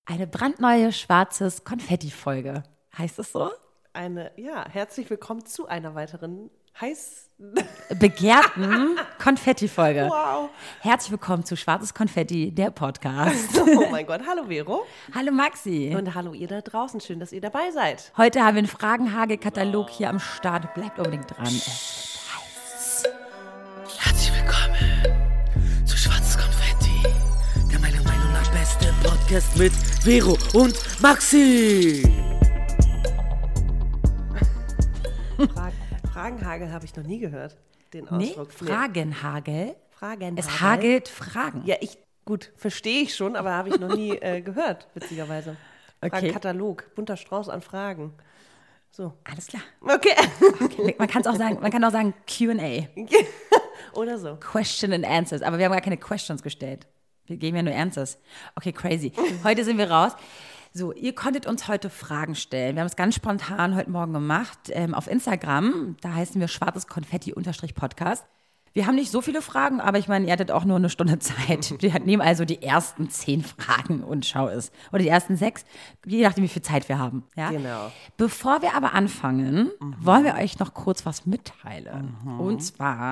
Eine brandneue schwarzes Konfetti-Folge. Heißt es so? Herzlich willkommen zu einer weiteren begehrten Konfetti-Folge. Wow. Herzlich willkommen zu Schwarzes Konfetti, der Podcast. Oh mein Gott, hallo Vero. Hallo Maxi. Und hallo ihr da draußen, schön, dass ihr dabei seid. Heute haben wir einen Fragenhagel-Katalog hier am Start. Bleibt unbedingt dran. Es wird heiß. Herzlich willkommen zu Schwarzes Konfetti, der meiner Meinung nach beste Podcast mit Vero und Maxi. Fragenhagel habe ich noch nie gehört, den Ausdruck. Nee, Fragenhagel. Fragenhagel. Es hagelt Fragen. Ja, verstehe ich schon, aber habe ich noch nie gehört, witzigerweise. Okay. Fragenkatalog, bunter Strauß an Fragen. So. Alles klar. Okay. Man kann auch sagen Q&A. Oder so. Question and Answers. Aber wir haben gar keine Questions gestellt. Wir geben ja nur Answers. Okay, crazy. Heute sind wir raus. So, ihr konntet uns heute Fragen stellen. Wir haben es ganz spontan heute Morgen gemacht auf Instagram. Da heißen wir schwarzes Konfetti-Podcast. Wir haben nicht so viele Fragen, aber ich meine, ihr hattet auch nur eine Stunde Zeit. Wir nehmen also die ersten 10 Fragen und schau es. Oder die ersten 6, je nachdem, wie viel Zeit wir haben. Ja? Genau. Bevor wir aber anfangen, wollen wir euch noch kurz was mitteilen. Und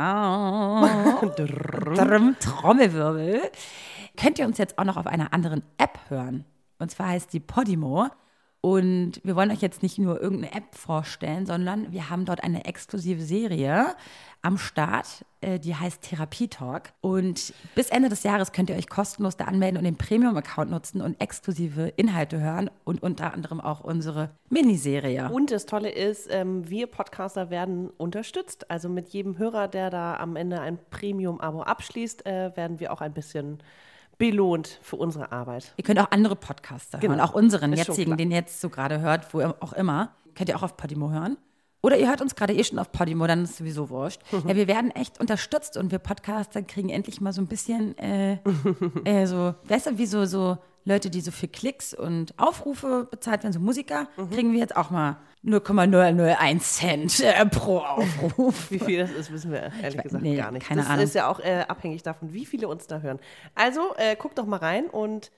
zwar Trommelwirbel. Könnt ihr uns jetzt auch noch auf einer anderen App hören. Und zwar heißt die Podimo. Und wir wollen euch jetzt nicht nur irgendeine App vorstellen, sondern wir haben dort eine exklusive Serie am Start, die heißt Therapie Talk. Und bis Ende des Jahres könnt ihr euch kostenlos da anmelden und den Premium-Account nutzen und exklusive Inhalte hören und unter anderem auch unsere Miniserie. Und das Tolle ist, wir Podcaster werden unterstützt. Also mit jedem Hörer, der da am Ende ein Premium-Abo abschließt, werden wir auch ein bisschen belohnt für unsere Arbeit. Ihr könnt auch andere Podcaster hören, auch unseren Ist jetzigen, den ihr jetzt so gerade hört, wo ihr auch immer. Könnt ihr auch auf Podimo hören. Oder ihr hört uns gerade schon auf Podimo, dann ist es sowieso wurscht. Ja, wir werden echt unterstützt und wir Podcaster kriegen endlich mal so ein bisschen so, weißt du, wie so Leute, die so für Klicks und Aufrufe bezahlt werden, so Musiker, kriegen wir jetzt auch mal 0,001 Cent pro Aufruf. Wie viel das ist, wissen wir ehrlich gesagt gar nicht. Keine Ahnung. Das ist ja auch abhängig davon, wie viele uns da hören. Also guckt doch mal rein und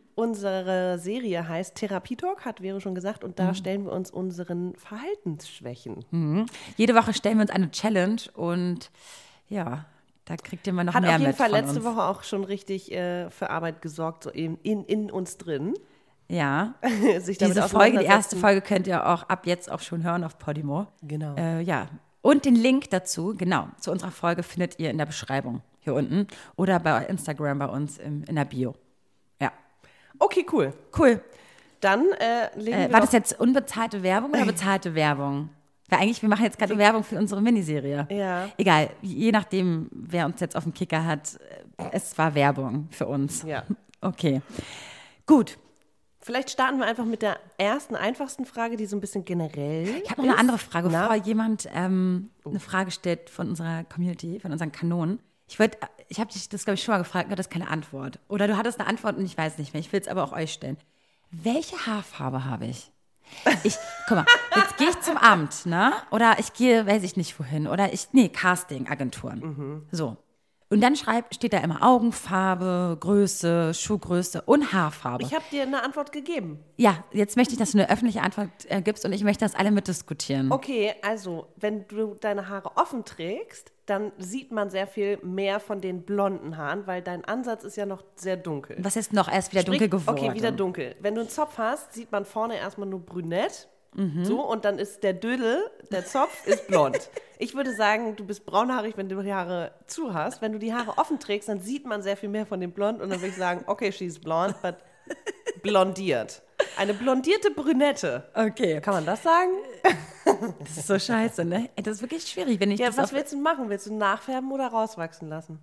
unsere Serie heißt Therapie Talk, hat Vero schon gesagt, und da stellen wir uns unseren Verhaltensschwächen. Jede Woche stellen wir uns eine Challenge und ja, da kriegt ihr mal noch Hat mehr auf jeden mit Fall von letzte uns. Woche auch schon richtig für Arbeit gesorgt, so eben in uns drin. Ja, Sich damit diese Folge, die erste auseinandersetzen. Folge könnt ihr auch ab jetzt auch schon hören auf Podimo. Genau. Ja, und den Link dazu, genau, zu unserer Folge findet ihr in der Beschreibung hier unten oder bei Instagram bei uns in der Bio. Ja, Okay, cool. cool. Dann legen wir War das jetzt unbezahlte Werbung oder bezahlte Werbung? Weil eigentlich, wir machen jetzt gerade Werbung für unsere Miniserie. Ja. Egal, je nachdem, wer uns jetzt auf dem Kicker hat, es war Werbung für uns. Ja. Okay, gut. Vielleicht starten wir einfach mit der ersten, einfachsten Frage, die so ein bisschen generell Ich habe noch eine andere Frage, Na? bevor jemand eine Frage stellt von unserer Community, von unseren Kanonen. Ich habe dich das, glaube ich, schon mal gefragt, du hattest keine Antwort. Oder du hattest eine Antwort und ich weiß nicht mehr. Ich will es aber auch euch stellen. Welche Haarfarbe habe ich? Guck mal, jetzt gehe ich zum Amt, ne? Oder ich gehe, weiß ich nicht wohin. Oder Casting-Agenturen. So. Und dann steht da immer Augenfarbe, Größe, Schuhgröße und Haarfarbe. Ich habe dir eine Antwort gegeben. Ja, jetzt möchte ich, dass du eine öffentliche Antwort gibst und ich möchte, dass alle mitdiskutieren. Okay, also, wenn du deine Haare offen trägst, dann sieht man sehr viel mehr von den blonden Haaren, weil dein Ansatz ist ja noch sehr dunkel. Was ist noch erst wieder dunkel geworden? Okay, wieder dunkel. Wenn du einen Zopf hast, sieht man vorne erstmal nur brünett. So, und dann ist der Zopf ist blond. Ich würde sagen, du bist braunhaarig, wenn du die Haare zu hast. Wenn du die Haare offen trägst, dann sieht man sehr viel mehr von dem Blond und dann würde ich sagen, okay, she's blonde, but blondiert. Eine blondierte Brünette. Okay. Kann man das sagen? Das ist so scheiße, ne? Ey, das ist wirklich schwierig, wenn ich Ja, das was willst du machen? Willst du nachfärben oder rauswachsen lassen?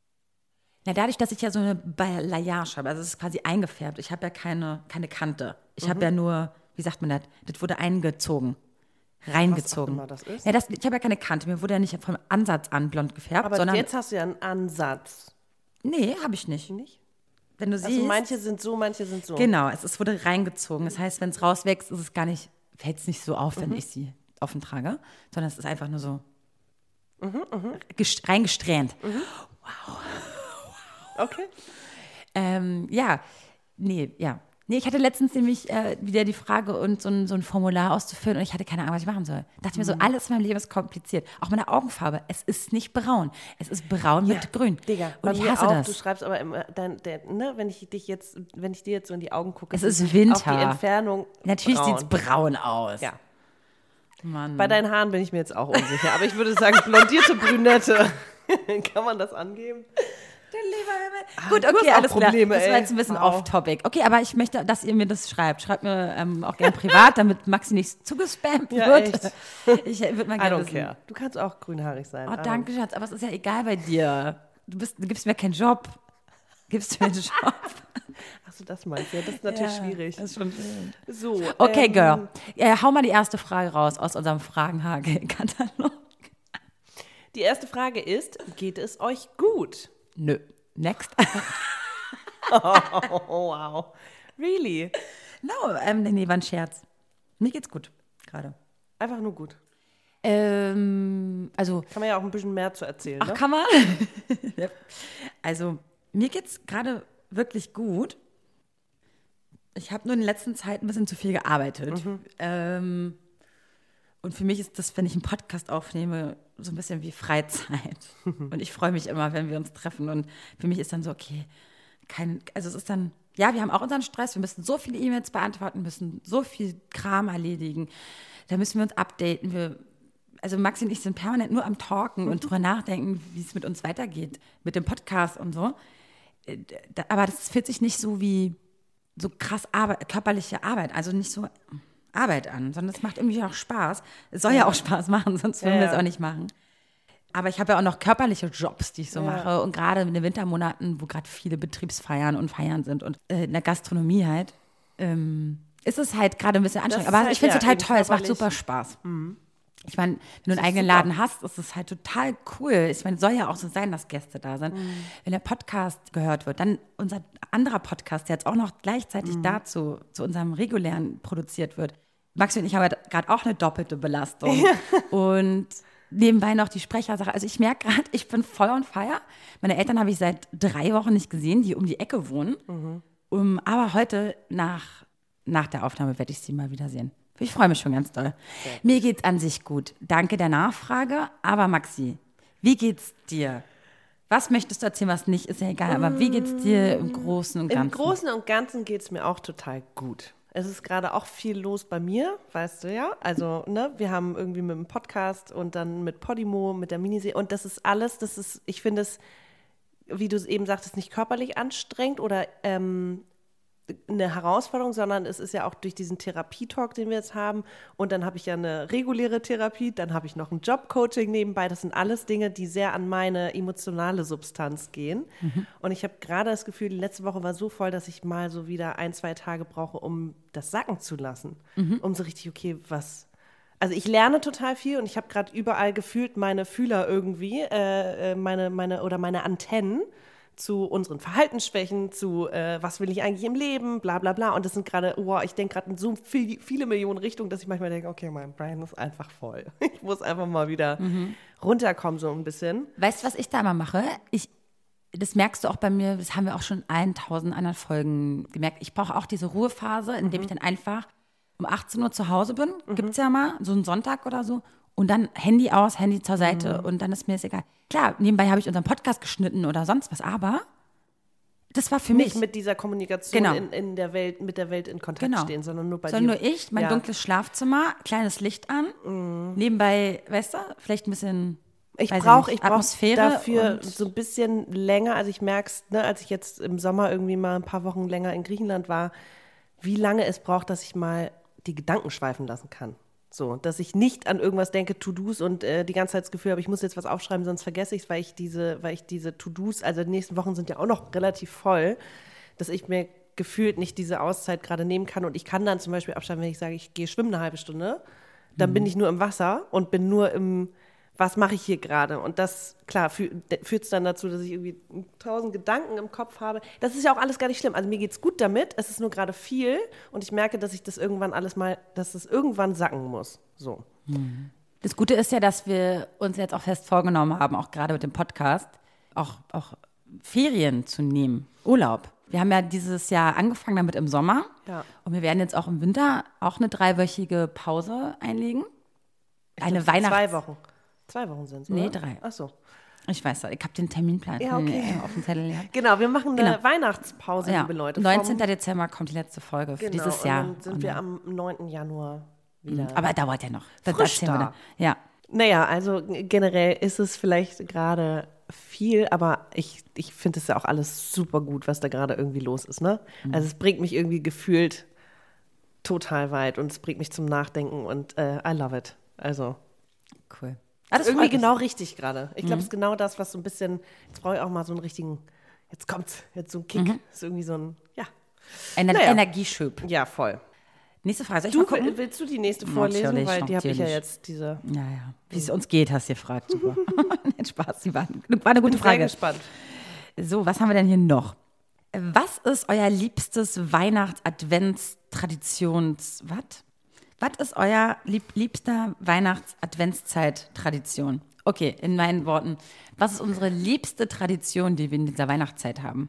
Na, dadurch, dass ich ja so eine Balayage habe, also es ist quasi eingefärbt. Ich habe ja keine Kante. Ich habe ja nur, wie sagt man das? Das wurde eingezogen. Reingezogen. Was auch immer das ist. Ja, ich habe ja keine Kante. Mir wurde ja nicht vom Ansatz an blond gefärbt, Aber sondern. jetzt hast du ja einen Ansatz. Nee, habe ich nicht. Nicht? Wenn du Also siehst. manche sind so, manche sind so. Genau, es wurde reingezogen. Das heißt, wenn es rauswächst, ist es gar nicht, fällt es nicht so auf, wenn ich sie offen trage, sondern es ist einfach nur so reingesträhnt. Okay. Ja, nee, ja. Nee, ich hatte letztens nämlich wieder die Frage und so ein Formular auszufüllen und ich hatte keine Ahnung, was ich machen soll. Dachte mir so, alles in meinem Leben ist kompliziert. Auch meine Augenfarbe. Es ist nicht braun. Es ist braun mit grün. Digga, und ich mir hasse auch, das. Du schreibst aber immer, wenn ich dir jetzt so in die Augen gucke, Es ist Winter. auf die Entfernung Natürlich braun. sieht es braun aus. Ja. Mann. Bei deinen Haaren bin ich mir jetzt auch unsicher, aber ich würde sagen, blondierte Brünette. Kann man das angeben? Gut, du hast okay, auch alles Probleme, klar. Das war ey. jetzt ein bisschen Wow. off-topic. Okay, aber ich möchte, dass ihr mir das schreibt. Schreibt mir auch gerne privat, damit Maxi nicht zugespammt Ja, wird. echt. Ich würde mal I gerne don't wissen. care. Du kannst auch grünhaarig sein. Oh, danke, Schatz, aber es ist ja egal bei dir. Du gibst mir keinen Job. Gibst du mir einen Job? Achso, das meinst du. Ja, das ist natürlich schwierig. Das ist schon schwierig. So, Okay, Girl. Hau mal die erste Frage raus aus unserem Fragenhagel-Katalog. Die erste Frage ist, geht es euch gut? Nö. Next. Oh, wow. Really? No, nee, war ein Scherz. Mir geht's gut gerade. Einfach nur gut. Also, Kann man ja auch ein bisschen mehr zu erzählen, ach, ne? kann man? Ja. Also, mir geht's gerade wirklich gut. Ich habe nur in der letzten Zeit ein bisschen zu viel gearbeitet. Und für mich ist das, wenn ich einen Podcast aufnehme, so ein bisschen wie Freizeit. Und ich freue mich immer, wenn wir uns treffen. Und für mich ist dann so, okay, also es ist dann, ja, wir haben auch unseren Stress, wir müssen so viele E-Mails beantworten, müssen so viel Kram erledigen. Da müssen wir uns updaten. Also Maxi und ich sind permanent nur am Talken und drüber nachdenken, wie es mit uns weitergeht, mit dem Podcast und so. Aber das fühlt sich nicht so wie so krass körperliche Arbeit, also nicht so Arbeit an, sondern es macht irgendwie auch Spaß. Es soll ja auch Spaß machen, sonst würden wir es auch nicht machen. Aber ich habe ja auch noch körperliche Jobs, die ich so mache. Und gerade in den Wintermonaten, wo gerade viele Betriebsfeiern und Feiern sind und in der Gastronomie halt, ist es halt gerade ein bisschen anstrengend. ist Aber halt, ich finde es total toll, es macht körperlich. super Spaß. Ich meine, wenn du einen eigenen Laden hast, ist es halt total cool. Ich meine, es soll ja auch so sein, dass Gäste da sind. Wenn der Podcast gehört wird, dann unser anderer Podcast, der jetzt auch noch gleichzeitig dazu zu unserem regulären produziert wird. Maxi und ich haben gerade auch eine doppelte Belastung. Und nebenbei noch die Sprechersache. Also ich merke gerade, ich bin voll on fire. Meine Eltern habe ich seit 3 Wochen nicht gesehen, die um die Ecke wohnen. Aber heute nach der Aufnahme werde ich sie mal wiedersehen. Ich freue mich schon ganz doll. Mir geht's an sich gut. Danke der Nachfrage. Aber Maxi, wie geht's dir? Was möchtest du erzählen, was nicht, ist ja egal. Aber wie geht's dir im Großen und Ganzen? Im Großen und Ganzen geht es mir auch total gut. Es ist gerade auch viel los bei mir, weißt du ja. Also, ne, wir haben irgendwie mit dem Podcast und dann mit Podimo, mit der Miniserie. Und das ist alles, ich finde es, wie du es eben sagtest, nicht körperlich anstrengend oder eine Herausforderung, sondern es ist ja auch durch diesen Therapietalk, den wir jetzt haben. Und dann habe ich ja eine reguläre Therapie, dann habe ich noch ein Jobcoaching nebenbei. Das sind alles Dinge, die sehr an meine emotionale Substanz gehen. Und ich habe gerade das Gefühl, die letzte Woche war so voll, dass ich mal so wieder 1-2 Tage brauche, um das sacken zu lassen. Um so richtig, okay, was... Also ich lerne total viel und ich habe gerade überall gefühlt meine Fühler irgendwie, meine Antennen zu unseren Verhaltensschwächen, zu was will ich eigentlich im Leben, bla bla bla. Und das sind gerade, ich denke gerade in so viele Millionen Richtungen, dass ich manchmal denke, okay, mein Brain ist einfach voll. Ich muss einfach mal wieder runterkommen so ein bisschen. Weißt du, was ich da immer mache? Das merkst du auch bei mir, das haben wir auch schon in 1000 anderen Folgen gemerkt. Ich brauche auch diese Ruhephase, in der ich dann einfach um 18 Uhr zu Hause bin, gibt's ja mal, so einen Sonntag oder so. Und dann Handy aus, Handy zur Seite und dann ist mir das egal. Klar, nebenbei habe ich unseren Podcast geschnitten oder sonst was, aber das war für mich. Nicht mit dieser Kommunikation Genau. in der Welt, mit der Welt in Kontakt stehen, sondern nur bei dir. Nur ich, mein dunkles Schlafzimmer, kleines Licht an, nebenbei, weißt du, vielleicht ein bisschen Ich brauche Atmosphäre dafür und so ein bisschen länger, also ich merke es, ne, als ich jetzt im Sommer irgendwie mal ein paar Wochen länger in Griechenland war, wie lange es braucht, dass ich mal die Gedanken schweifen lassen kann. So, dass ich nicht an irgendwas denke, To-Dos und die ganze Zeit das Gefühl habe, ich muss jetzt was aufschreiben, sonst vergesse ich es, weil ich diese To-Dos, also die nächsten Wochen sind ja auch noch relativ voll, dass ich mir gefühlt nicht diese Auszeit gerade nehmen kann und ich kann dann zum Beispiel abschalten, wenn ich sage, ich gehe schwimmen eine halbe Stunde, dann bin ich nur im Wasser und bin nur im, was mache ich hier gerade? Und das, klar, führt es dann dazu, dass ich irgendwie 1000 Gedanken im Kopf habe. Das ist ja auch alles gar nicht schlimm. Also mir geht es gut damit, es ist nur gerade viel und ich merke, dass ich das irgendwann dass es irgendwann sacken muss. So. das Gute ist ja, dass wir uns jetzt auch fest vorgenommen haben, auch gerade mit dem Podcast, auch Ferien zu nehmen, Urlaub. Wir haben ja dieses Jahr angefangen damit im Sommer. Ja. Und wir werden jetzt auch im Winter auch eine 3-wöchige Pause einlegen. Eine Das sind Weihnachts... 2 Wochen. 2 Wochen sind es, Nee, oder? 3. Ach so. Ich weiß, ich habe den Terminplan Ja, okay. auf dem Zettel gehabt. Genau, wir machen eine Weihnachtspause, liebe Leute. 19. Dezember kommt die letzte Folge für Genau, dieses Jahr. und dann sind wir am 9. Januar wieder. Aber dauert ja noch. Das Frisch erzählen wir da. dann. Ja. Naja, also generell ist es vielleicht gerade viel, aber ich finde es ja auch alles super gut, was da gerade irgendwie los ist, ne? Also es bringt mich irgendwie gefühlt total weit und es bringt mich zum Nachdenken und I love it. Also Cool. das ist irgendwie genau richtig gerade. Ich glaube, es ist genau das, was so ein bisschen, jetzt brauche ich auch mal so einen richtigen, jetzt kommt's, jetzt so ein Kick. Ist irgendwie so ein, ja. Energieschub. Ja, voll. Nächste Frage. Soll ich mal Du, gucken? willst du die nächste vorlesen? Natürlich, Weil die habe ich ja natürlich. jetzt, diese. Ja. Wie es uns geht, hast du gefragt. Super. Nein, Spaß. Die war eine gute Sehr Frage. gespannt. So, was haben wir denn hier noch? Was ist euer liebstes Weihnachts-Adventstraditions... Was ist euer liebster Weihnachts-Adventszeit-Tradition? Okay, in meinen Worten. Was ist unsere liebste Tradition, die wir in dieser Weihnachtszeit haben?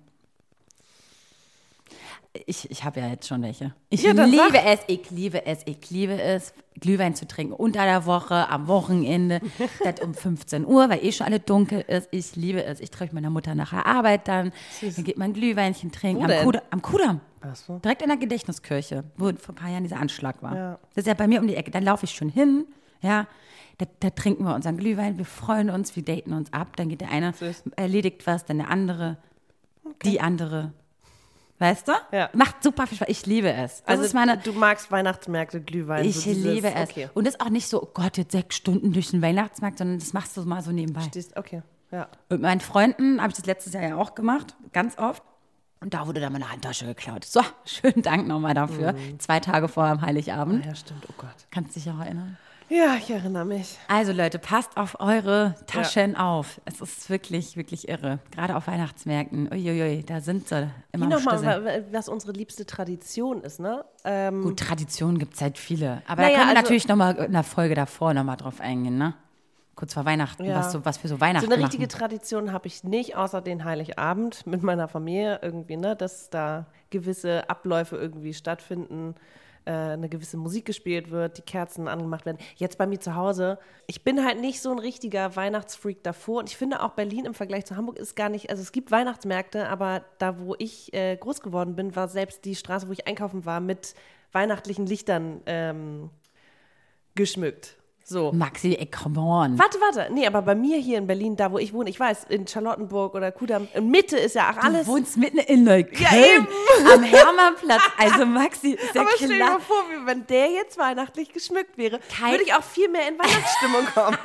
Ich habe ja jetzt schon welche. Ich dann liebe es, Glühwein zu trinken unter der Woche, am Wochenende, das um 15 Uhr, weil schon alle dunkel ist. Ich liebe es. Ich treffe meiner Mutter nach der Arbeit dann geht man Glühweinchen trinken Wo denn? am Kudamm. Ach so. Direkt in der Gedächtniskirche, wo vor ein paar Jahren dieser Anschlag war. Ja. Das ist ja bei mir um die Ecke. Dann laufe ich schon hin, ja. Da trinken wir unseren Glühwein, wir freuen uns, wir daten uns ab. Dann geht der eine, Süß. erledigt was, dann der andere, die andere. Weißt du? Ja. Macht super viel Spaß. Ich liebe es. Das Also ist meine, du magst Weihnachtsmärkte, Glühwein. ich so dieses, liebe es. Okay. Und das ist auch nicht so, oh Gott, jetzt 6 Stunden durch den Weihnachtsmarkt, sondern das machst du mal so nebenbei. Okay, ja. Mit meinen Freunden habe ich das letztes Jahr ja auch gemacht, ganz oft. Und da wurde dann meine Handtasche geklaut. So, schönen Dank nochmal dafür. 2 Tage vor dem Heiligabend. Ja, stimmt, oh Gott. Kannst dich auch erinnern? Ja, ich erinnere mich. Also Leute, passt auf eure Taschen auf. Es ist wirklich, wirklich irre. Gerade auf Weihnachtsmärkten. Uiuiui, da sind sie immer am Schlüssel. Nochmal, was unsere liebste Tradition ist, ne? Gut, Traditionen gibt es halt viele. Aber Naja, da können wir also- natürlich nochmal in der Folge davor nochmal drauf eingehen, ne? Kurz vor Weihnachten, Ja. was wir so Weihnachten So eine richtige machen. Tradition habe ich nicht, außer den Heiligabend mit meiner Familie irgendwie, ne? Dass da gewisse Abläufe irgendwie stattfinden, eine gewisse Musik gespielt wird, die Kerzen angemacht werden. Jetzt bei mir zu Hause, ich bin halt nicht so ein richtiger Weihnachtsfreak davor und ich finde auch Berlin im Vergleich zu Hamburg ist gar nicht, also es gibt Weihnachtsmärkte, aber da, wo ich groß geworden bin, war selbst die Straße, wo ich einkaufen war, mit weihnachtlichen Lichtern geschmückt. So. Maxi, ey, come on. Warte. Nee, aber bei mir hier in Berlin, da wo ich wohne, ich weiß, in Charlottenburg oder Kudamm, in Mitte ist ja auch alles. Du wohnst mitten in Neukölln. Ja, eben. Am Hermannplatz. Also Maxi, ist ja Aber stell dir klar. mal vor, wenn der jetzt weihnachtlich geschmückt wäre, Kein- würde ich auch viel mehr in Weihnachtsstimmung kommen.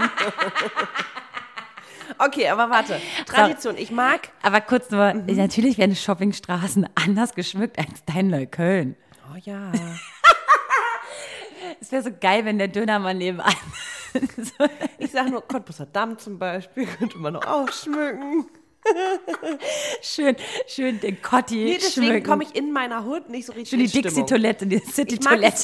Okay, aber warte. Tradition. Ich mag. Aber kurz nur, natürlich werden Shoppingstraßen anders geschmückt als dein Neukölln. Oh ja. Es wäre so geil, wenn der Dönermann nebenan. Ich sage nur, Cottbuser Damm zum Beispiel, könnte man noch ausschmücken. schön den Kotti Nee, deswegen schmücken. komme ich in meiner Hut nicht so richtig Schön die in Stimmung. Dixie-Toilette, die Ich mag City-Toilette.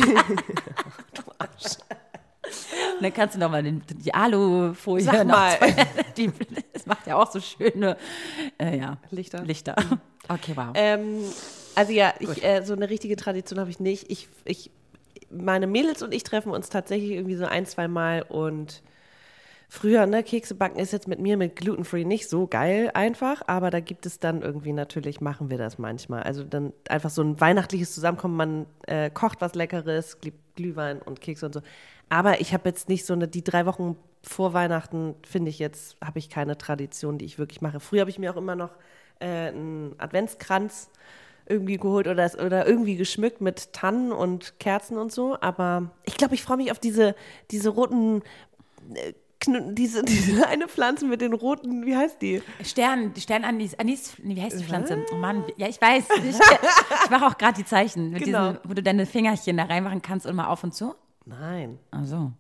Und dann kannst du nochmal die Alufolie Sag noch mal. das macht ja auch so schöne Lichter. Okay, wow. Also ja, so eine richtige Tradition habe ich nicht. Meine Mädels und ich treffen uns tatsächlich irgendwie so 1-2 Mal und früher, ne, Kekse backen ist jetzt mit mir mit Gluten-Free nicht so geil einfach, aber da gibt es dann irgendwie, natürlich machen wir das manchmal. Also dann einfach so ein weihnachtliches Zusammenkommen, man kocht was Leckeres, Glühwein und Kekse und so. Aber ich habe jetzt nicht so die 3 Wochen vor Weihnachten, finde ich jetzt, habe ich keine Tradition, die ich wirklich mache. Früher habe ich mir auch immer noch einen Adventskranz irgendwie geholt oder irgendwie geschmückt mit Tannen und Kerzen und so. Aber ich glaube, ich freue mich auf diese roten, diese eine Pflanze mit den roten, wie heißt die? Sternanis, wie heißt die Pflanze? Oh Mann, ja, ich weiß. Ich mache auch gerade die Zeichen, mit Genau. diesen, wo du deine Fingerchen da reinmachen kannst und mal auf und zu. Nein. Ach so.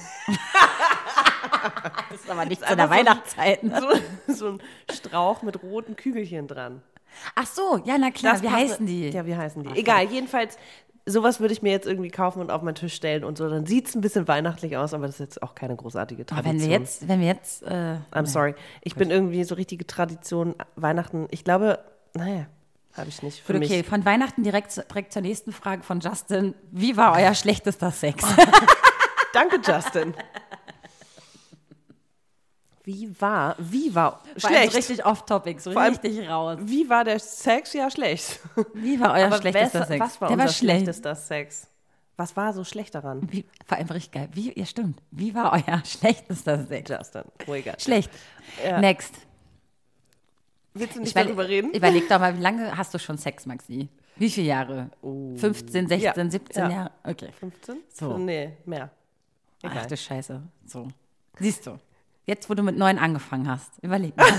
Das ist aber nicht zu der Weihnachtszeit. Ne? So ein Strauch mit roten Kügelchen dran. Ach so, ja, na klar, Das wie passt- heißen die? Ja, wie heißen die? Egal, jedenfalls, sowas würde ich mir jetzt irgendwie kaufen und auf meinen Tisch stellen und so. Dann sieht es ein bisschen weihnachtlich aus, aber das ist jetzt auch keine großartige Aber Tradition. wenn wir jetzt I'm sorry. Ich bin irgendwie so richtige Tradition, Weihnachten, ich glaube, naja, Habe ich nicht. Für Gut, okay, mich. von Weihnachten direkt zur nächsten Frage von Justin. Wie war euer schlechtester Sex? Danke, Justin. Wie war Vor allem schlecht? so richtig off-topic, so Vor allem- richtig raus. Wie war der Sex? Ja, schlecht. Wie war euer schlechtester Sex? Was war Der unser war schlecht. schlechtester Sex? Was war so schlecht daran? Vor allem richtig geil. Ja, stimmt. Wie war euer schlechtester Sex? Justin, ruhiger. Schlecht. Ja. Next. Willst du nicht darüber reden? Überleg doch mal, wie lange hast du schon Sex, Maxi? Wie viele Jahre? 15, 16, Ja. 17 Ja. Jahre? Okay. 15? So. Nee, mehr. Egal. Ach du Scheiße. So. Siehst du. Jetzt, wo du mit 9 angefangen hast, überleg mal.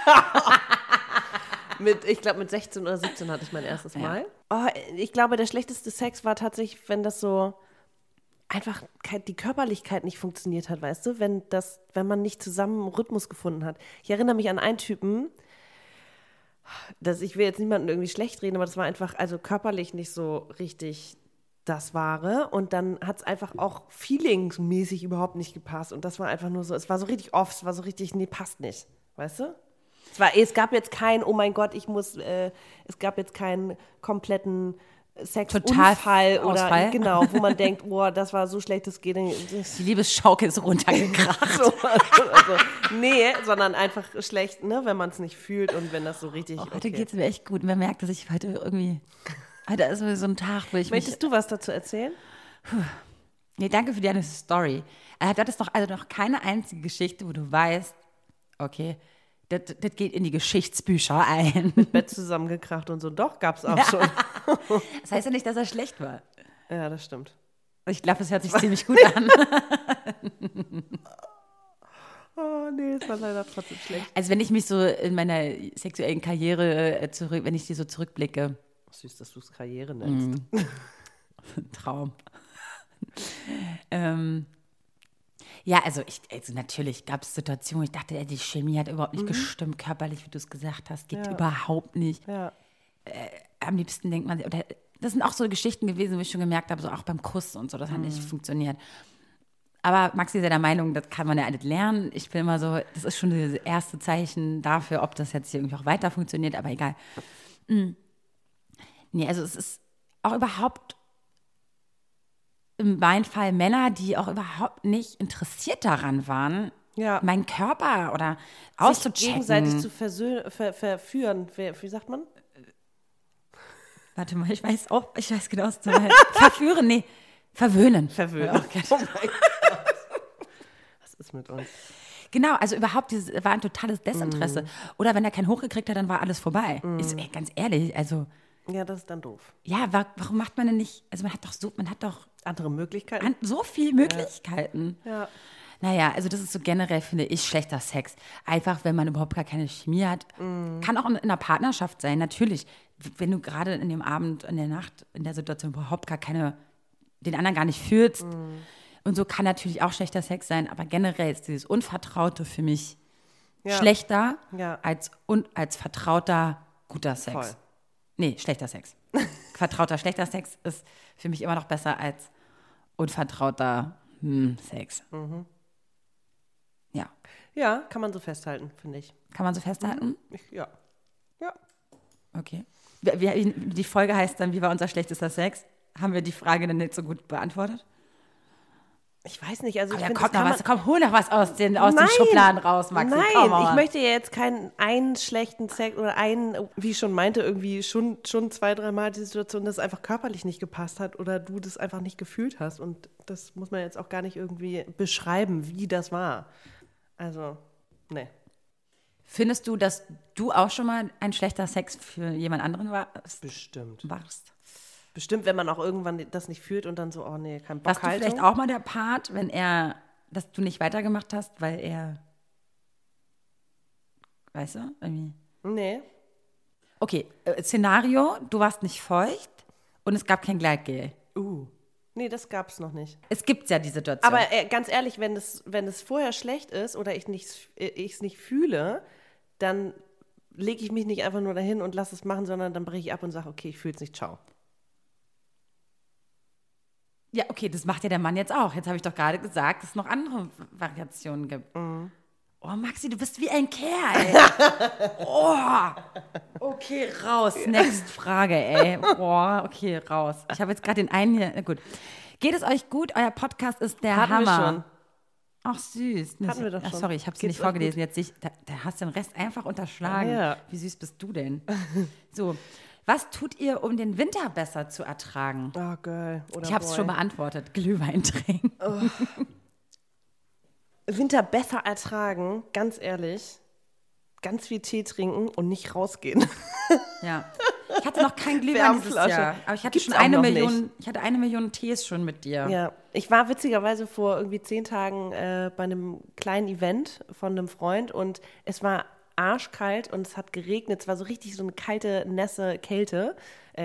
Ich glaube, mit 16 oder 17 hatte ich mein erstes Mal. Oh, ich glaube, der schlechteste Sex war tatsächlich, wenn das so einfach die Körperlichkeit nicht funktioniert hat, weißt du? Wenn man nicht zusammen einen Rhythmus gefunden hat. Ich erinnere mich an einen Typen, ich will jetzt niemanden irgendwie schlecht reden, aber das war einfach, also körperlich nicht so richtig das Wahre. Und dann hat es einfach auch feelingsmäßig überhaupt nicht gepasst. Und das war einfach nur so, es war so richtig off, es war so richtig, nee, passt nicht. Weißt du? Es gab jetzt kein, oh mein Gott, es gab jetzt keinen kompletten Sexunfall oder Ausfall. genau, wo man denkt, boah, das war so schlecht, das geht nicht. Die Liebesschaukel ist runtergekracht. So, also, nee, sondern einfach schlecht, ne, wenn man es nicht fühlt und wenn das so richtig. Heute geht es mir echt gut. Man merkt, dass ich heute irgendwie. Heute ist so ein Tag, wo ich Möchtest du was dazu erzählen? Nee, danke für deine Story. Du hattest noch keine einzige Geschichte, wo du weißt, okay, das geht in die Geschichtsbücher ein. Bett zusammengekracht und so. Doch, gab's auch schon. Das heißt ja nicht, dass er schlecht war. Ja, das stimmt. Ich glaube, es hört sich ziemlich gut an. Oh nee, es war leider trotzdem schlecht. Also wenn ich mich so in meiner sexuellen Karriere wenn ich die so zurückblicke. Süß, dass du es Karriere nennst. Traum. Ja, also natürlich gab es Situationen, wo ich dachte, die Chemie hat überhaupt nicht gestimmt, körperlich, wie du es gesagt hast, geht überhaupt nicht. Ja. Am liebsten denkt man, oder das sind auch so Geschichten gewesen, wo ich schon gemerkt habe, so auch beim Kuss und so, das hat nicht funktioniert. Aber Maxi ist ja der Meinung, das kann man ja alles lernen. Ich bin immer so, das ist schon das erste Zeichen dafür, ob das jetzt hier irgendwie auch weiter funktioniert, aber egal. Nee, also es ist auch überhaupt in meinem Fall Männer, die auch überhaupt nicht interessiert daran waren, meinen Körper oder auszuchecken. Sich gegenseitig zu verführen. Wie sagt man? Warte mal, ich weiß genau, was du meinst. Verführen, nee, verwöhnen. Verwöhnen. Oh Gott. Oh mein Gott. Was ist mit uns? Genau, also überhaupt, war ein totales Desinteresse. Oder wenn er keinen hochgekriegt hat, dann war alles vorbei. Ich so, ganz ehrlich, also. Ja, das ist dann doof. Ja, warum macht man denn nicht, also man hat doch andere Möglichkeiten. So viele Möglichkeiten. Ja. Naja, also das ist so generell, finde ich, schlechter Sex. Einfach, wenn man überhaupt gar keine Chemie hat. Kann auch in einer Partnerschaft sein, natürlich. Wenn du gerade in dem Abend, in der Nacht, in der Situation überhaupt den anderen gar nicht fühlst. Und so kann natürlich auch schlechter Sex sein. Aber generell ist dieses Unvertraute für mich schlechter als vertrauter guter Sex. Voll. Nee, schlechter Sex. Vertrauter schlechter Sex ist für mich immer noch besser als unvertrauter Sex. Ja. Ja, kann man so festhalten, finde ich. Kann man so festhalten? Ja. Ja. Okay. Die Folge heißt dann, wie war unser schlechtester Sex? Haben wir die Frage denn nicht so gut beantwortet? Ich weiß nicht, also ich Da finde, kommt noch was, komm, hol noch was aus den Schubladen raus, Maxi. Nein, komm, ich möchte ja jetzt einen schlechten Sex oder wie ich schon meinte, irgendwie schon 2-3 Mal die Situation, dass es einfach körperlich nicht gepasst hat oder du das einfach nicht gefühlt hast. Und das muss man jetzt auch gar nicht irgendwie beschreiben, wie das war. Also, ne. Findest du, dass du auch schon mal ein schlechter Sex für jemand anderen warst? Bestimmt. Bestimmt, wenn man auch irgendwann das nicht fühlt und dann so, oh nee, kein Bock. Warst du vielleicht auch mal der Part, dass du nicht weitergemacht hast, weil er, weißt du, irgendwie. Nee. Okay, Szenario, du warst nicht feucht und es gab kein Gleitgel. Nee, das gab's noch nicht. Es gibt ja die Situation. Aber ganz ehrlich, wenn es vorher schlecht ist oder ich es nicht fühle, dann lege ich mich nicht einfach nur dahin und lasse es machen, sondern dann breche ich ab und sage, okay, ich fühle es nicht, ciao. Ja, okay, das macht ja der Mann jetzt auch. Jetzt habe ich doch gerade gesagt, dass es noch andere Variationen gibt. Oh, Maxi, du bist wie ein Kerl. Oh. Okay, raus. Next Frage, ey. Boah, okay, raus. Ich habe jetzt gerade den einen hier. Na gut. Geht es euch gut? Euer Podcast ist der Hatten Hammer. wir schon. Ach, süß. Hatten wir doch schon. Sorry, ich habe es Geht's nicht euch vorgelesen. Jetzt da hast du den Rest einfach unterschlagen. Ja. Wie süß bist du denn? So, was tut ihr, um den Winter besser zu ertragen? Oh, geil. Oder Ich habe es schon beantwortet. Glühwein trinken. Winter besser ertragen, ganz ehrlich. Ganz viel Tee trinken und nicht rausgehen. Ja. Ich hatte noch kein Glühwein dieses Wärmflasche. Jahr. Aber ich hatte Gibt's schon auch eine noch Million. nicht. Ich hatte 1 Million Tees schon mit dir. Ja, ich war witzigerweise vor irgendwie 10 Tagen bei einem kleinen Event von einem Freund und es war arschkalt und es hat geregnet. Es war so richtig so eine kalte, nasse Kälte.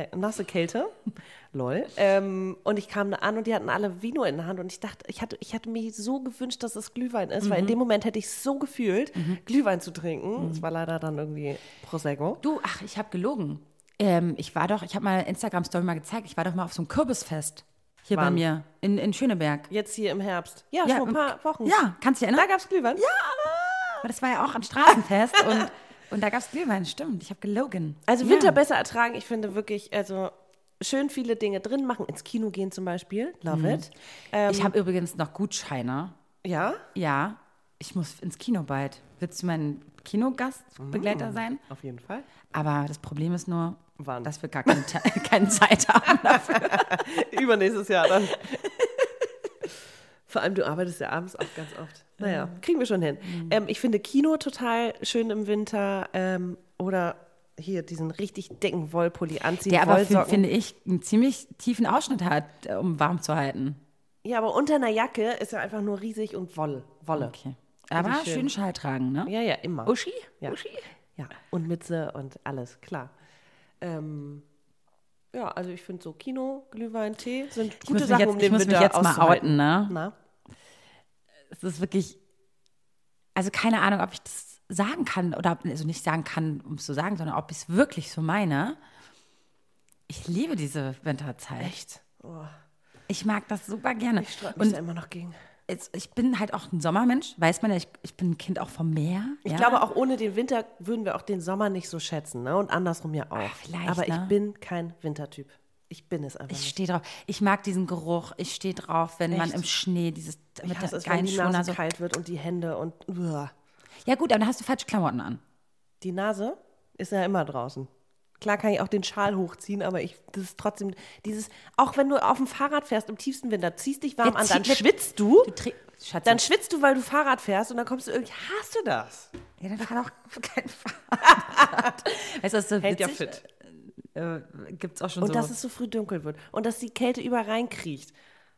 Lol. Und ich kam da an und die hatten alle Vino in der Hand und ich dachte, ich hatte mir so gewünscht, dass es Glühwein ist, weil in dem Moment hätte ich so gefühlt, Glühwein zu trinken. Es war leider dann irgendwie Prosecco. Du, ach, ich habe gelogen. Ich habe mal Instagram-Story mal gezeigt, ich war doch mal auf so einem Kürbisfest. Hier bei Wann? mir, in Schöneberg. Jetzt hier im Herbst. Ja, schon ein paar Wochen. Ja, kannst du dich Da erinnern? gab es Glühwein? Ja. Aber das war ja auch ein Straßenfest und da gab es Glühwein, stimmt. Ich habe gelogen. Also Winter besser ertragen, ich finde wirklich, also schön viele Dinge drin machen. Ins Kino gehen zum Beispiel, love it. Ich habe übrigens noch Gutscheine. Ja? Ja, ich muss ins Kino bald. Willst du mein Kinogastbegleiter sein? Auf jeden Fall. Aber das Problem ist nur, Wann? dass wir gar keine Zeit haben dafür. Übernächstes Jahr dann. Vor allem, du arbeitest ja abends auch ganz oft. Naja, kriegen wir schon hin. Ich finde Kino total schön im Winter. Oder hier diesen richtig dicken Wollpulli anziehen. Der aber, Wollsocken. finde ich, einen ziemlich tiefen Ausschnitt hat, um warm zu halten. Ja, aber unter einer Jacke ist er einfach nur riesig und Wolle. Okay. Aber Richtig schön. schön Schal tragen, ne? Ja, immer. Uschi? Ja. Uschi? Ja, und Mütze und alles, klar. Ja, also ich finde so Kino, Glühwein, Tee sind gute Sachen, um den Ich muss mich Winter jetzt mal auszuhalten. outen, ne? Na? Es ist wirklich, also keine Ahnung, ob ich das sagen kann oder also nicht sagen kann, um es zu sagen, sondern ob ich es wirklich so meine. Ich liebe diese Winterzeit. Echt? Oh, Ich mag das super gerne. ich sträube mich Und da immer noch gegen. ich bin halt auch ein Sommermensch, weiß man ja, ich bin ein Kind auch vom Meer. Ich ja? glaube, auch ohne den Winter würden wir auch den Sommer nicht so schätzen, ne? Und andersrum ja auch. vielleicht, Aber ne? ich bin kein Wintertyp. Ich bin es einfach Ich nicht. stehe drauf. Ich mag diesen Geruch. Ich stehe drauf, wenn man Echt? im Schnee dieses Ich mit hasse der es, wenn geilen die Schoner Nase so. kalt wird und die Hände und uah. Ja gut, aber dann hast du falsche Klamotten an. Die Nase ist ja immer draußen. Klar kann ich auch den Schal hochziehen, aber das ist trotzdem auch wenn du auf dem Fahrrad fährst im tiefsten Winter, ziehst dich warm Wer an, dann zieht- schwitzt du. Schatz, Dann schwitzt du, weil du Fahrrad fährst und dann kommst du irgendwie, hast du das? ja, dann fahr doch kein Fahrrad. Weißt du, was so Hält ja witzig? fit. Gibt's auch schon Und so. dass es so früh dunkel wird und dass die Kälte überall reinkriecht.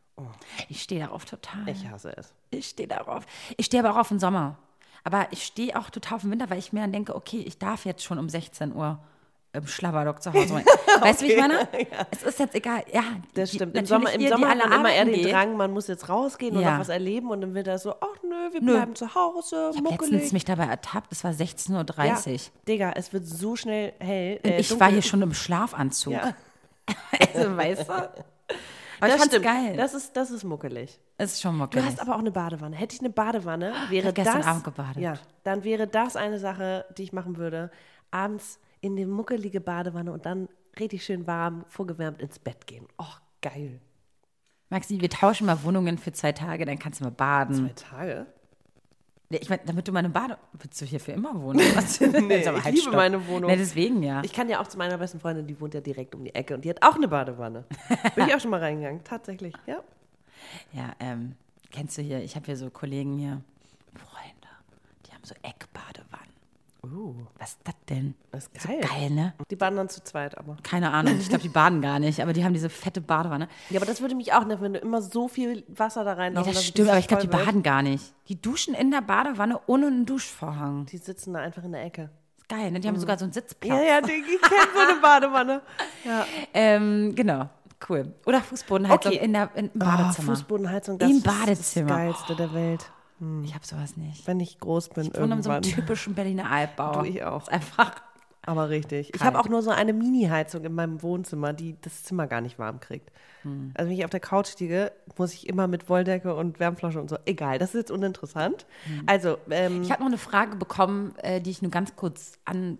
Ich stehe darauf total. Ich hasse es. Ich stehe darauf. Ich stehe aber auch auf den Sommer. Aber ich stehe auch total auf den Winter, weil ich mir dann denke, okay, ich darf jetzt schon um 16 Uhr im Schlabberlock zu Hause sein. Weißt du, wie ich meine? Ja. Es ist jetzt egal. Ja, Das stimmt. natürlich Im Sommer ihr, die hat man alle immer eher arbeiten den geht. Drang, man muss jetzt rausgehen und Ja. noch was erleben und im Winter ist so, ach nö, wir bleiben zu Hause, Ich habe letztens muckelig. mich dabei ertappt, es war 16:30 Uhr. Digga, es wird so schnell hell. Und ich dunkel. war hier schon im Schlafanzug. Ja. Also, weißt du? Aber ich Das fand's stimmt. geil. Das ist muckelig. Es ist schon mal Du geil. hast aber auch eine Badewanne. Hätte ich eine Badewanne, wäre hab gestern das. Abend gebadet. Ja, dann wäre das eine Sache, die ich machen würde. Abends in die muckelige Badewanne und dann richtig schön warm, vorgewärmt ins Bett gehen. Oh, geil. Maxi, wir tauschen mal Wohnungen für 2 Tage, dann kannst du mal baden. 2 Tage? Ja, ich meine, damit du meine willst du hier für immer wohnen? Was? Nee, Sag mal, ich halt, liebe stopp. meine Wohnung. Nee, deswegen ja. Ich kann ja auch zu meiner besten Freundin, die wohnt ja direkt um die Ecke und die hat auch eine Badewanne. Bin ich auch schon mal reingegangen, tatsächlich, ja. Ja, kennst du hier, ich habe hier so Kollegen hier, Freunde, die haben so Eckbadewannen. Was ist das denn? Das ist So geil. geil, ne? Die baden dann zu zweit, aber. Keine Ahnung, ich glaube, die baden gar nicht, aber die haben diese fette Badewanne. Ja, aber das würde mich auch nerven, wenn du immer so viel Wasser da rein Nee, das stimmt, aber ich glaube, die baden gar nicht. Die duschen in der Badewanne ohne einen Duschvorhang. Die sitzen da einfach in der Ecke. Ist geil, ne? Die haben sogar so einen Sitzplatz. Ja, ja, ich kenne so eine Badewanne. Ja. Genau, cool. Oder Fußbodenheizung Okay. im Badezimmer. Fußbodenheizung, Im ist das Badezimmer. Geilste der Welt. Ich habe sowas nicht. Wenn ich groß bin Ich wohne in so einem irgendwann. typischen Berliner Altbau. Du, ich auch. Ist einfach Aber richtig. Ich Kalt. habe auch nur so eine Mini-Heizung in meinem Wohnzimmer, die das Zimmer gar nicht warm kriegt. Also wenn ich auf der Couch liege, muss ich immer mit Wolldecke und Wärmflasche und so. Egal, das ist jetzt uninteressant. Also, Ich habe noch eine Frage bekommen, die ich nur ganz kurz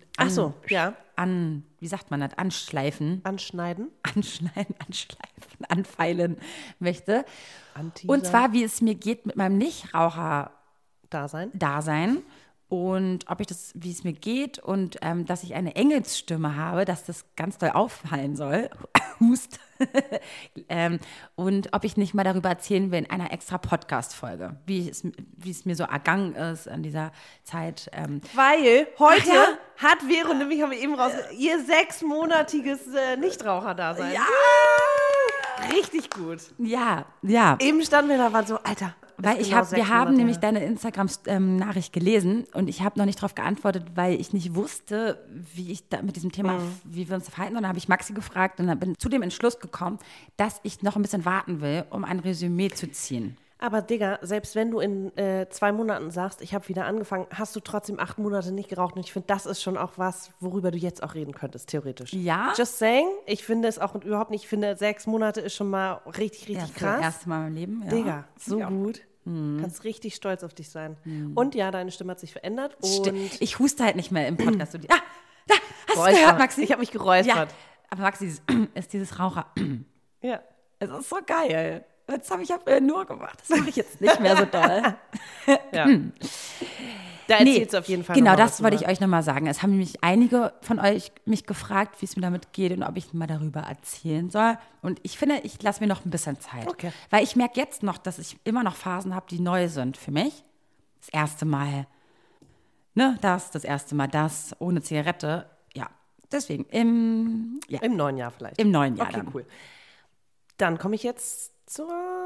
wie sagt man das, anschleifen, anschneiden. anschneiden, anschleifen, anfeilen möchte. Anteasern. Und zwar, wie es mir geht mit meinem Nichtraucher-Dasein und wie es mir geht und dass ich eine Engelsstimme habe, dass das ganz doll auffallen soll. Hust. Und ob ich nicht mal darüber erzählen will in einer extra Podcast-Folge, wie es mir so ergangen ist an dieser Zeit. Weil heute hat Vero, nämlich haben wir eben raus, ihr 6-monatiges Nichtraucher-Dasein. Ja! Richtig gut. Ja. Eben standen wir da, waren so, Alter. Weil wir haben nämlich deine Instagram-Nachricht gelesen und ich habe noch nicht darauf geantwortet, weil ich nicht wusste, wie ich da mit diesem Thema, wie wir uns verhalten. Und dann habe ich Maxi gefragt und dann bin ich zu dem Entschluss gekommen, dass ich noch ein bisschen warten will, um ein Resümee zu ziehen. Aber Digga, selbst wenn du in 2 Monaten sagst, ich habe wieder angefangen, hast du trotzdem 8 Monate nicht geraucht. Und ich finde, das ist schon auch was, worüber du jetzt auch reden könntest, theoretisch. Ja. Just saying. Ich finde es auch überhaupt nicht. Ich finde, 6 Monate ist schon mal richtig Das krass. erste Mal im Leben, ja. Digga, so Ja. gut. Kannst richtig stolz auf dich sein. Und ja, deine Stimme hat sich verändert. Und Ich huste halt nicht mehr im Podcast. Da, hast du Räusper. gehört, Maxi? Ich habe mich Ja, geräuspert. aber Maxi ist dieses Raucher. Ja. Es ist so geil. Jetzt habe ich nur gemacht. Das mache ich jetzt nicht mehr so doll. Ja. Da erzählst du auf jeden Fall Genau, noch mal das was wollte ich drüber. euch nochmal sagen. Es haben nämlich einige von euch mich gefragt, wie es mir damit geht und ob ich mal darüber erzählen soll. Und ich finde, ich lasse mir noch ein bisschen Zeit. Okay. Weil ich merke jetzt noch, dass ich immer noch Phasen habe, die neu sind für mich. Das erste Mal das erste Mal das, ohne Zigarette. Ja, deswegen Im neuen Jahr vielleicht. im neuen Jahr Okay, dann. cool. Dann komme ich jetzt zur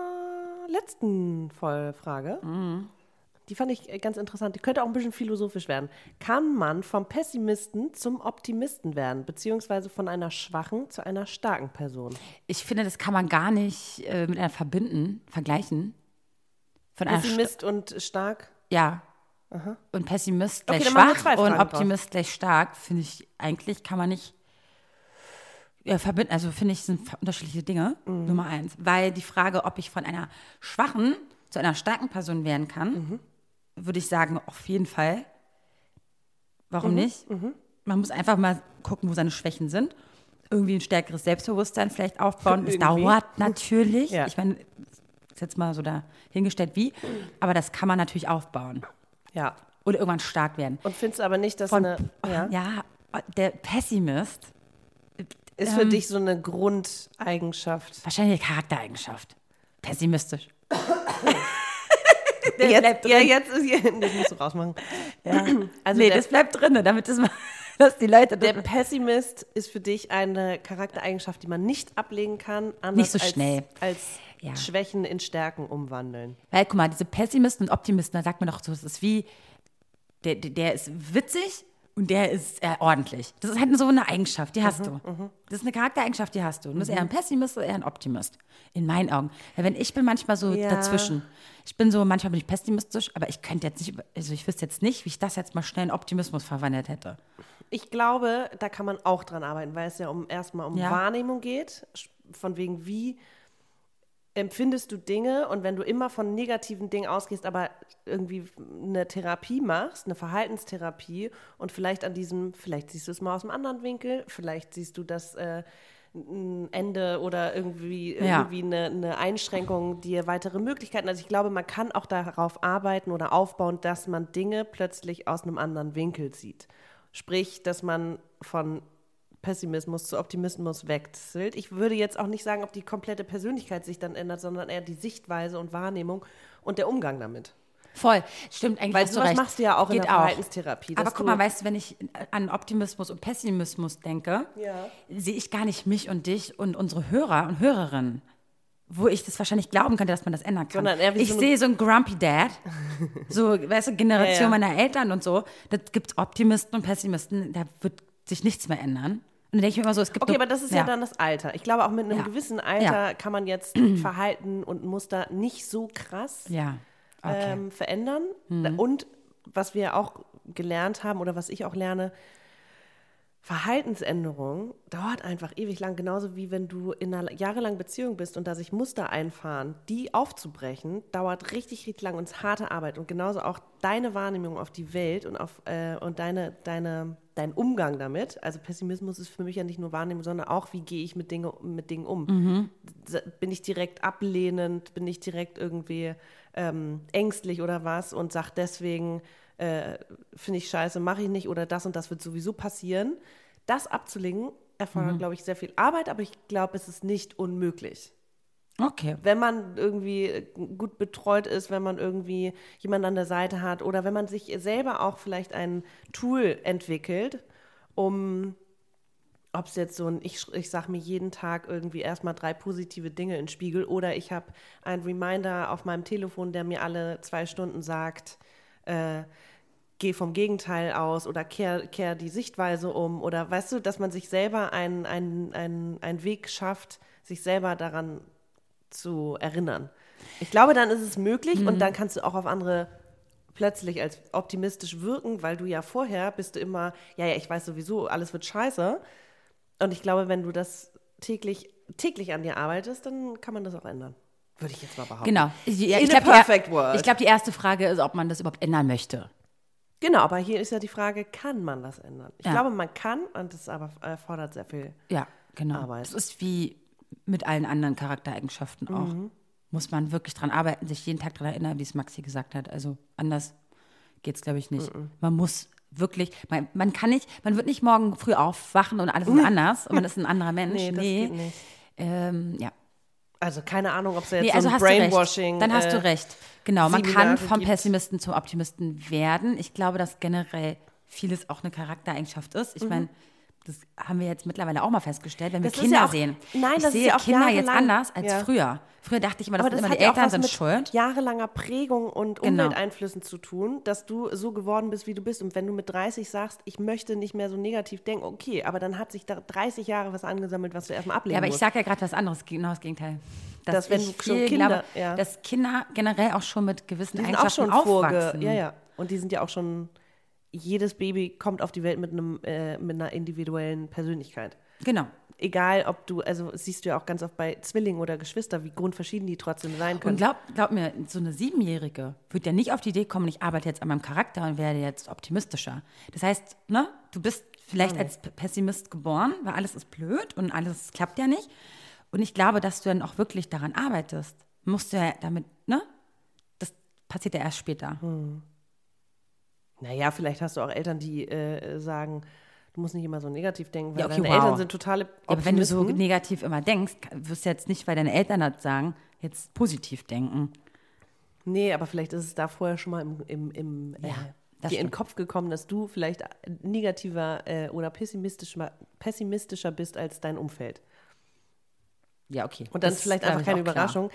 letzten Frage. Die fand ich ganz interessant. Die könnte auch ein bisschen philosophisch werden. Kann man vom Pessimisten zum Optimisten werden, beziehungsweise von einer schwachen zu einer starken Person? Ich finde, das kann man gar nicht mit einer vergleichen. Von einer Pessimist und stark? Ja. Und Pessimist Okay, gleich dann machen wir schwach 2 und Fragen Optimist gleich stark, finde ich, eigentlich kann man nicht verbinden. Also finde ich, sind unterschiedliche Dinge, Nummer 1. Weil die Frage, ob ich von einer schwachen zu einer starken Person werden kann, würde ich sagen, auf jeden Fall. Warum nicht? Man muss einfach mal gucken, wo seine Schwächen sind. Irgendwie ein stärkeres Selbstbewusstsein vielleicht aufbauen. Es Irgendwie. dauert natürlich. Ja. Ich meine, ist jetzt mal so dahingestellt wie. Aber das kann man natürlich aufbauen. Ja. Oder irgendwann stark werden. Und findest du aber nicht, dass Von, ja, der Pessimist, ist für dich so eine Grundeigenschaft? wahrscheinlich eine Charaktereigenschaft. Pessimistisch. Jetzt das musst du rausmachen. Also Nee, der, das bleibt drin, damit dass die Leute der Pessimist ist für dich eine Charaktereigenschaft, die man nicht ablegen kann, anders Nicht so schnell. als Ja. Schwächen in Stärken umwandeln. Weil, guck mal, diese Pessimisten und Optimisten, da sagt man doch so, es ist wie, der ist witzig und der ist ordentlich. Das ist halt so eine Eigenschaft, die hast du. Das ist eine Charaktereigenschaft, die hast du. Und das ist eher ein Pessimist oder eher ein Optimist. In meinen Augen. Weil wenn ich bin manchmal so Ja. dazwischen. Manchmal bin ich pessimistisch, aber ich könnte jetzt nicht, also ich wüsste jetzt nicht, wie ich das jetzt mal schnell in Optimismus verwandelt hätte. Ich glaube, da kann man auch dran arbeiten, weil es ja erstmal um Ja. Wahrnehmung geht, von wegen wie empfindest du Dinge und wenn du immer von negativen Dingen ausgehst, aber irgendwie eine Therapie machst, eine Verhaltenstherapie und vielleicht siehst du es mal aus einem anderen Winkel, vielleicht siehst du das ein Ende oder irgendwie eine Einschränkung, dir weitere Möglichkeiten. Also ich glaube, man kann auch darauf arbeiten oder aufbauen, dass man Dinge plötzlich aus einem anderen Winkel sieht. Sprich, dass man von Pessimismus zu Optimismus wechselt. Ich würde jetzt auch nicht sagen, ob die komplette Persönlichkeit sich dann ändert, sondern eher die Sichtweise und Wahrnehmung und der Umgang damit. Voll, stimmt eigentlich. Weil hast du sowas recht. machst du ja auch in Geht der Verhaltenstherapie. Aber dass guck du- mal, weißt du, wenn ich an Optimismus und Pessimismus denke, Ja. sehe ich gar nicht mich und dich und unsere Hörer und Hörerinnen, wo ich das wahrscheinlich glauben könnte, dass man das ändern kann. Sondern eher wie Ich so eine- sehe so einen Grumpy Dad, so, weißt du, Generation Ja, ja. meiner Eltern und so. Da gibt es Optimisten und Pessimisten, da wird sich nichts mehr ändern. Und dann denke ich mir immer so, es gibt Okay, nur- aber das ist ja dann das Alter. Ich glaube, auch mit einem Ja. gewissen Alter kann man jetzt Verhalten und Muster nicht so krass Ja, okay. verändern. Und was wir auch gelernt haben oder was ich auch lerne, Verhaltensänderung dauert einfach ewig lang, genauso wie wenn du in einer jahrelangen Beziehung bist und da sich Muster einfahren, die aufzubrechen, dauert richtig, richtig lang und ist harte Arbeit. Und genauso auch deine Wahrnehmung auf die Welt und dein Umgang damit. Also Pessimismus ist für mich ja nicht nur Wahrnehmung, sondern auch, wie gehe ich mit Dingen um. Bin ich direkt ablehnend, bin ich direkt irgendwie ängstlich oder was und sage deswegen, finde ich scheiße, mache ich nicht oder das und das wird sowieso passieren. Das abzulegen erfordert, glaube ich, sehr viel Arbeit, aber ich glaube, es ist nicht unmöglich. Okay. Wenn man irgendwie gut betreut ist, wenn man irgendwie jemanden an der Seite hat oder wenn man sich selber auch vielleicht ein Tool entwickelt, ob es jetzt so ich sage mir jeden Tag irgendwie erstmal 3 positive Dinge in den Spiegel oder ich habe einen Reminder auf meinem Telefon, der mir alle 2 Stunden sagt, geh vom Gegenteil aus oder kehr die Sichtweise um oder weißt du, dass man sich selber einen Weg schafft, sich selber daran zu erinnern. Ich glaube, dann ist es möglich und dann kannst du auch auf andere plötzlich als optimistisch wirken, weil du ja vorher bist du immer, ja, ich weiß sowieso, alles wird scheiße. Und ich glaube, wenn du das täglich an dir arbeitest, dann kann man das auch ändern. Würde ich jetzt mal behaupten. Genau. Ich glaube, die erste Frage ist, ob man das überhaupt ändern möchte. Genau, aber hier ist ja die Frage, kann man das ändern? Ich glaube, man kann, und das aber erfordert sehr viel Arbeit. Das ist wie mit allen anderen Charaktereigenschaften auch. Muss man wirklich dran arbeiten, sich jeden Tag daran erinnern, wie es Maxi gesagt hat. Also anders geht es, glaube ich, nicht. Man muss wirklich, man wird nicht morgen früh aufwachen und alles ist anders und man ist ein anderer Mensch. Nee, das geht nicht. Ja. Also keine Ahnung, ob es jetzt also so ein Brainwashing Dann hast du recht. Genau, man kann vom gibt. Pessimisten zum Optimisten werden. Ich glaube, dass generell vieles auch eine Charaktereigenschaft ist. Ich meine, das haben wir jetzt mittlerweile auch mal festgestellt, wenn wir Das ist Kinder ja auch- sehen. Nein, ich das ist sehe ja auch Kinder jetzt jahrelang- anders als Ja. früher. Früher dachte ich immer, Aber das das sind immer hat die ja auch Eltern was sind mit schuld. jahrelanger Prägung und Genau. Umwelteinflüssen zu tun, dass du so geworden bist, wie du bist. Und wenn du mit 30 sagst, ich möchte nicht mehr so negativ denken, okay, aber dann hat sich da 30 Jahre was angesammelt, was du erstmal ablegen Ja, aber ich musst. sage ja gerade was anderes, genau das Gegenteil. Dass wenn ich du schon viel Kinder- glaube, dass Kinder generell auch schon mit gewissen Die sind auch Eigenschaften schon aufwachsen. ja. Und die sind ja auch schon, jedes Baby kommt auf die Welt mit einer individuellen Persönlichkeit. Genau. Egal, ob du, also das siehst du ja auch ganz oft bei Zwillingen oder Geschwistern, wie grundverschieden die trotzdem sein können. Und glaub mir, so eine 7-Jährige wird ja nicht auf die Idee kommen, ich arbeite jetzt an meinem Charakter und werde jetzt optimistischer. Das heißt, ne, du bist vielleicht als Pessimist geboren, weil alles ist blöd und alles klappt ja nicht. Und ich glaube, dass du dann auch wirklich daran arbeitest. Musst du ja damit, ne? Das passiert ja erst später. Naja, vielleicht hast du auch Eltern, die sagen, du musst nicht immer so negativ denken, weil Ja, okay, deine wow. Eltern sind totale Optimisten. Ja, aber wenn du so negativ immer denkst, wirst du jetzt nicht, weil deine Eltern das sagen, jetzt positiv denken. Nee, aber vielleicht ist es da vorher schon mal das dir in den stimmt. Kopf gekommen, dass du vielleicht negativer oder pessimistischer bist als dein Umfeld. Ja, okay. Und dann Das ist vielleicht glaub einfach ich keine auch klar. Überraschung.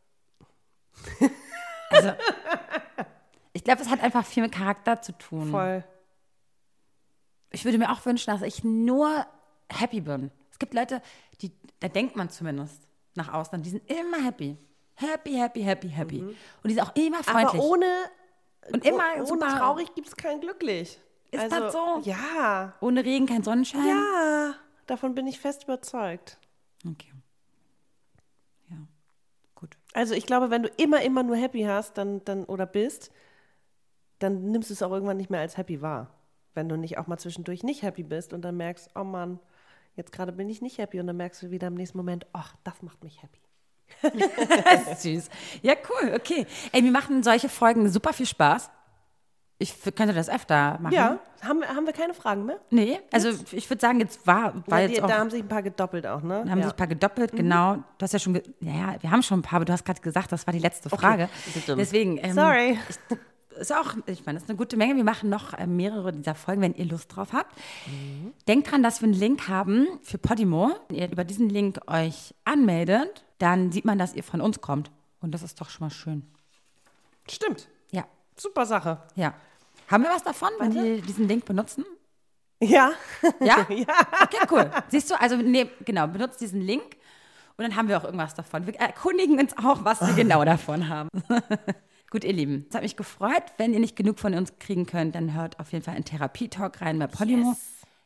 Also, ich glaube, es hat einfach viel mit Charakter zu tun. Voll. Ich würde mir auch wünschen, dass ich nur happy bin. Es gibt Leute, da denkt man zumindest nach außen, die sind immer happy. Happy, happy, happy, happy. Und die sind auch immer freundlich. Aber ohne immer super traurig gibt es kein glücklich. Ist das so? Ja. Ohne Regen kein Sonnenschein? Ja, davon bin ich fest überzeugt. Okay. Ja, gut. Also ich glaube, wenn du immer nur happy hast oder bist, dann nimmst du es auch irgendwann nicht mehr als happy wahr. Wenn du nicht auch mal zwischendurch nicht happy bist und dann merkst, oh Mann, jetzt gerade bin ich nicht happy und dann merkst du wieder im nächsten Moment, ach, das macht mich happy. Das ist süß. Ja, cool, okay. Ey, mir machen solche Folgen super viel Spaß. Ich könnte das öfter machen. Ja, haben wir keine Fragen mehr? Nee, also ich würde sagen, jetzt war jetzt auch, Da haben sich ein paar gedoppelt auch, ne? da haben sich ein paar gedoppelt, genau. Du hast ja schon, wir haben schon ein paar, aber du hast gerade gesagt, das war die letzte Frage. Deswegen, Sorry. Ist auch, ich meine, das ist eine gute Menge. Wir machen noch mehrere dieser Folgen, wenn ihr Lust drauf habt. Denkt dran, dass wir einen Link haben für Podimo. Wenn ihr über diesen Link euch anmeldet, dann sieht man, dass ihr von uns kommt. Und das ist doch schon mal schön. Stimmt. Ja, Super Sache. ja. Haben wir was davon, wenn die diesen Link benutzen? Ja. Ja? Ja. Okay, cool. Siehst du, also genau, benutzt diesen Link und dann haben wir auch irgendwas davon. Wir erkundigen uns auch, was wir genau davon haben. Gut, ihr Lieben, es hat mich gefreut. Wenn ihr nicht genug von uns kriegen könnt, dann hört auf jeden Fall in Therapie-Talk rein bei Podimo. Yes.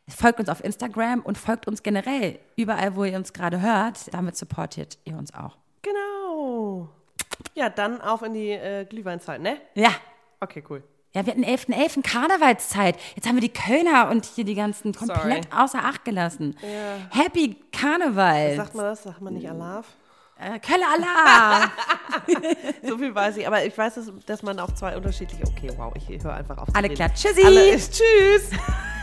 Folgt uns auf Instagram und folgt uns generell überall, wo ihr uns gerade hört. Damit supportet ihr uns auch. Genau. Ja, dann auf in die Glühweinzeit, ne? Ja. Okay, cool. Ja, wir hatten 11.11. Karnevalszeit. Jetzt haben wir die Kölner und hier die ganzen komplett außer Acht gelassen. Ja. Happy Karneval. Sagt man das? Sagt man nicht Alaf? Kölle Allah. So viel weiß ich. Aber ich weiß, dass man auf 2 unterschiedliche... Okay, wow, ich höre einfach auf. Alle klar. Tschüssi. Tschüss.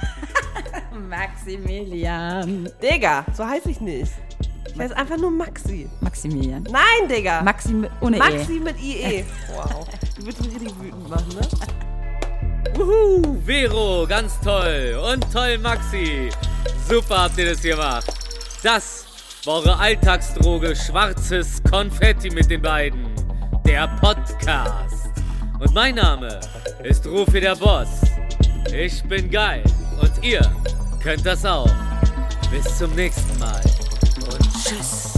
Maximilian. Digga, so heiße ich nicht. Ich heiße einfach nur Maxi. Maximilian. Nein, Digga. Maxi ohne Maxi mit IE. Wow. Du würdest mich richtig wütend machen, ne? Wuhu, Vero, ganz toll. Und toll, Maxi. Super habt ihr das gemacht. Das war eure Alltagsdroge schwarzes Konfetti mit den beiden. Der Podcast. Und mein Name ist Rufi der Boss. Ich bin geil. Und ihr könnt das auch. Bis zum nächsten Mal. Und tschüss.